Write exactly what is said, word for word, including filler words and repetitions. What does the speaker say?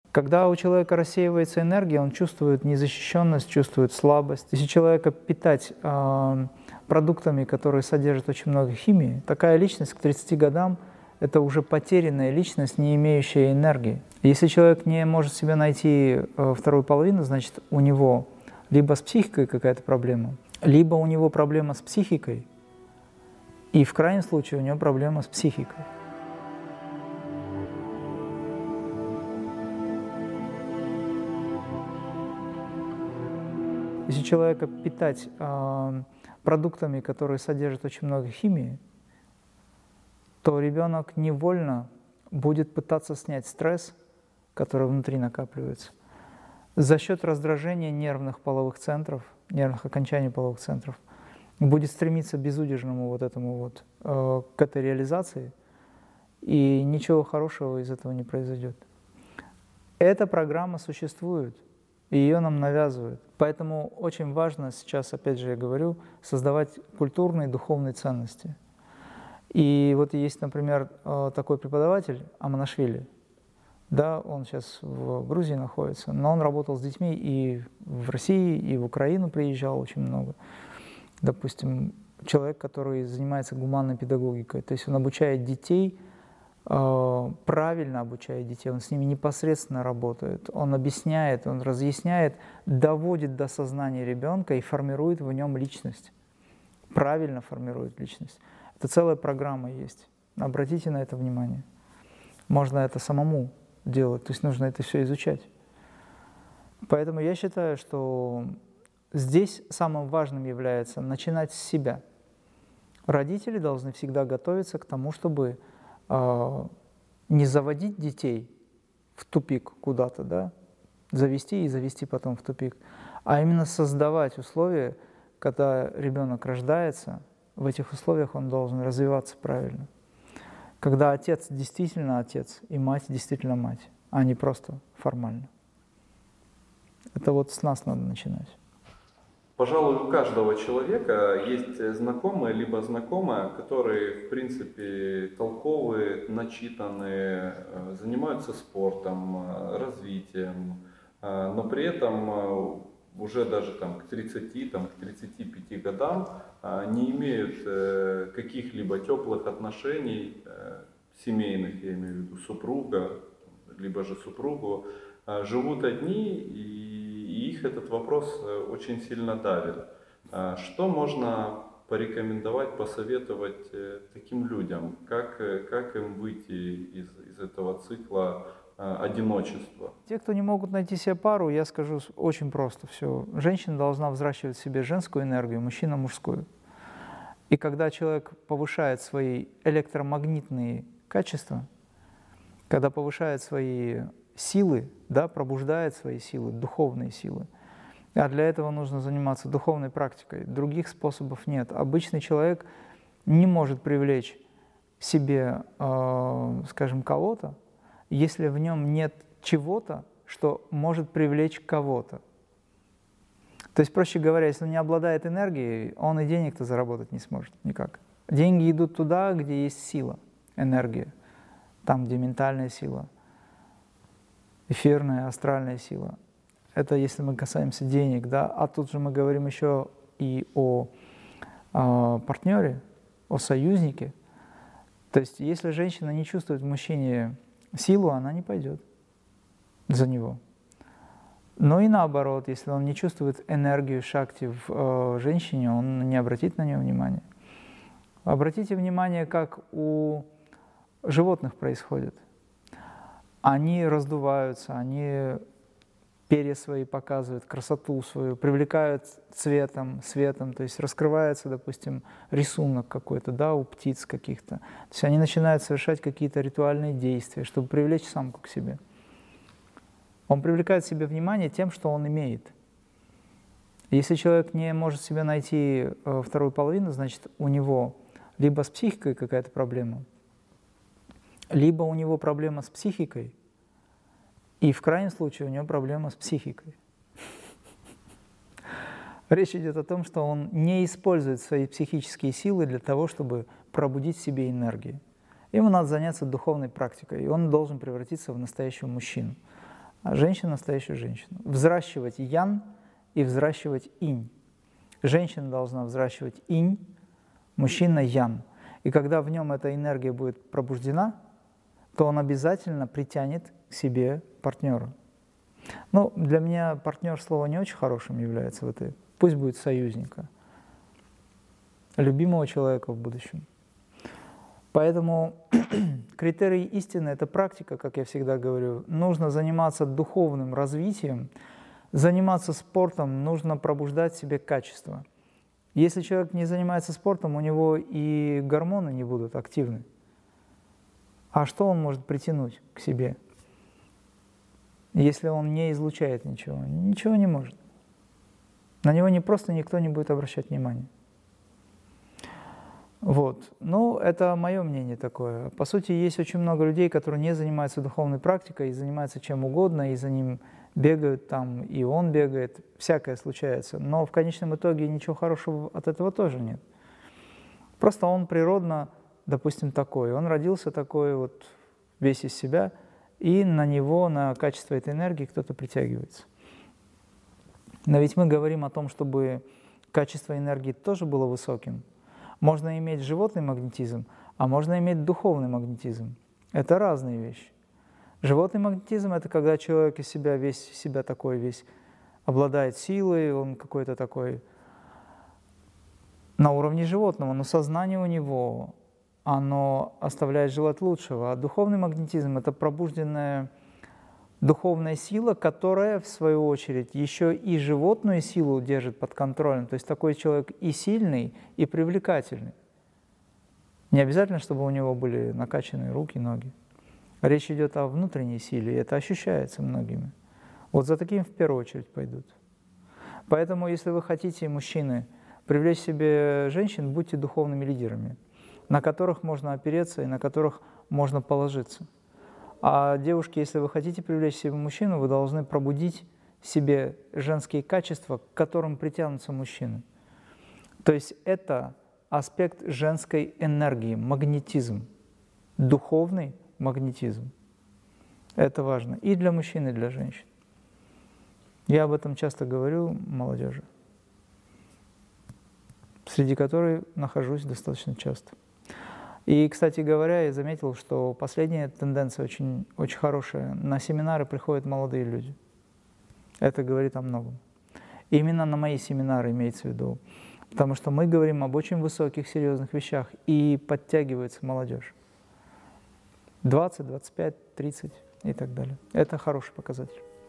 Когда у человека рассеивается энергия, он чувствует незащищенность, чувствует слабость. Если человека питать э, продуктами, которые содержат очень много химии, такая личность к тридцати годам – это уже потерянная личность, не имеющая энергии. Если человек не может себе найти э, вторую половину, значит, у него либо с психикой какая-то проблема, либо у него проблема с психикой, и в крайнем случае у него проблема с психикой. Если человека питать э, продуктами, которые содержат очень много химии, то ребенок невольно будет пытаться снять стресс, который внутри накапливается, за счет раздражения нервных половых центров, нервных окончаний половых центров, будет стремиться к безудержному вот этому вот, э, к этой реализации, и ничего хорошего из этого не произойдет. Эта программа существует, и ее нам навязывают. Поэтому очень важно сейчас, опять же я говорю, создавать культурные и духовные ценности. И вот есть, например, такой преподаватель Аманашвили, да, он сейчас в Грузии находится, но он работал с детьми и в России, и в Украину приезжал очень много. Допустим, человек, который занимается гуманной педагогикой, то есть он обучает детей, правильно обучает детей, он с ними непосредственно работает, он объясняет, он разъясняет, доводит до сознания ребенка и формирует в нем личность, правильно формирует личность. Это целая программа есть, обратите на это внимание. Можно это самому делать, то есть нужно это все изучать. Поэтому я считаю, что здесь самым важным является начинать с себя. Родители должны всегда готовиться к тому, чтобы не заводить детей в тупик куда-то, да, завести и завести потом в тупик, а именно создавать условия, когда ребенок рождается, в этих условиях он должен развиваться правильно. Когда отец действительно отец и мать действительно мать, а не просто формально. Это вот с нас надо начинать. Пожалуй, у каждого человека есть знакомые, либо знакомая, которые, в принципе, толковые, начитанные, занимаются спортом, развитием, но при этом уже даже там, к тридцати, там, к тридцати пяти годам не имеют каких-либо теплых отношений, семейных, я имею в виду супруга, либо же супругу, живут одни, и их этот вопрос очень сильно давит. Что можно порекомендовать, посоветовать таким людям? Как, как им выйти из, из этого цикла одиночества? Те, кто не могут найти себе пару, я скажу очень просто все. Женщина должна взращивать в себе женскую энергию, мужчина – мужскую. И когда человек повышает свои электромагнитные качества, когда повышает свои силы, да, пробуждает свои силы, духовные силы. А для этого нужно заниматься духовной практикой. Других способов нет. Обычный человек не может привлечь себе, э, скажем, кого-то, если в нем нет чего-то, что может привлечь кого-то. То есть, проще говоря, если он не обладает энергией, он и денег-то заработать не сможет никак. Деньги идут туда, где есть сила, энергия, там, где ментальная сила, эфирная, астральная сила. Это если мы касаемся денег, да, а тут же мы говорим еще и о, о партнере, о союзнике. То есть если женщина не чувствует в мужчине силу, она не пойдет за него. Но и наоборот, если он не чувствует энергию шакти в э, женщине, он не обратит на нее внимания. Обратите внимание, как у животных происходит. Они раздуваются, они перья свои показывают, красоту свою, привлекают цветом, светом, то есть раскрывается, допустим, рисунок какой-то, да, у птиц каких-то. То есть они начинают совершать какие-то ритуальные действия, чтобы привлечь самку к себе. Он привлекает к себе внимание тем, что он имеет. Если человек не может себе найти вторую половину, значит, у него либо с психикой какая-то проблема, либо у него проблема с психикой, и в крайнем случае у него проблема с психикой. Речь идет о том, что он не использует свои психические силы для того, чтобы пробудить в себе энергию. Ему надо заняться духовной практикой, и он должен превратиться в настоящего мужчину. а женщина – настоящую женщину. Взращивать ян и взращивать инь. Женщина должна взращивать инь, мужчина – ян. И когда в нем эта энергия будет пробуждена, то он обязательно притянет к себе партнера. Ну, для меня партнер слово не очень хорошим является в этой. Пусть будет союзника, любимого человека в будущем. Поэтому критерий истины – это практика, как я всегда говорю. Нужно заниматься духовным развитием, заниматься спортом, нужно пробуждать в себе качество. Если человек не занимается спортом, у него и гормоны не будут активны. А что он может притянуть к себе, если он не излучает ничего? Ничего не может. На него не просто никто не будет обращать внимания. Вот. Ну, это мое мнение такое. По сути, есть очень много людей, которые не занимаются духовной практикой и занимаются чем угодно, и за ним бегают там, и он бегает, всякое случается. Но в конечном итоге ничего хорошего от этого тоже нет. Просто он природно, допустим, такой. Он родился такой, вот весь из себя, и на него, на качество этой энергии кто-то притягивается. Но ведь мы говорим о том, чтобы качество энергии тоже было высоким. Можно иметь животный магнетизм, а можно иметь духовный магнетизм. Это разные вещи. Животный магнетизм – это когда человек из себя весь себя такой, весь обладает силой, он какой-то такой на уровне животного, но сознание у него, оно оставляет желать лучшего. А духовный магнетизм – это пробужденная духовная сила, которая, в свою очередь, еще и животную силу держит под контролем. То есть такой человек и сильный, и привлекательный. Не обязательно, чтобы у него были накачанные руки, ноги. Речь идет о внутренней силе, и это ощущается многими. Вот за таким в первую очередь пойдут. Поэтому, если вы хотите, мужчины, привлечь себе женщин, будьте духовными лидерами, на которых можно опереться и на которых можно положиться. А девушки, если вы хотите привлечь себе мужчину, вы должны пробудить в себе женские качества, к которым притянутся мужчины. То есть это аспект женской энергии, магнетизм, духовный магнетизм. Это важно и для мужчин, и для женщин. Я об этом часто говорю молодежи, среди которой нахожусь достаточно часто. И, кстати говоря, я заметил, что последняя тенденция очень, очень хорошая. На семинары приходят молодые люди. Это говорит о многом. И именно на мои семинары имеется в виду. Потому что мы говорим об очень высоких, серьезных вещах, и подтягивается молодежь. двадцать, двадцать пять, тридцать и так далее. Это хороший показатель.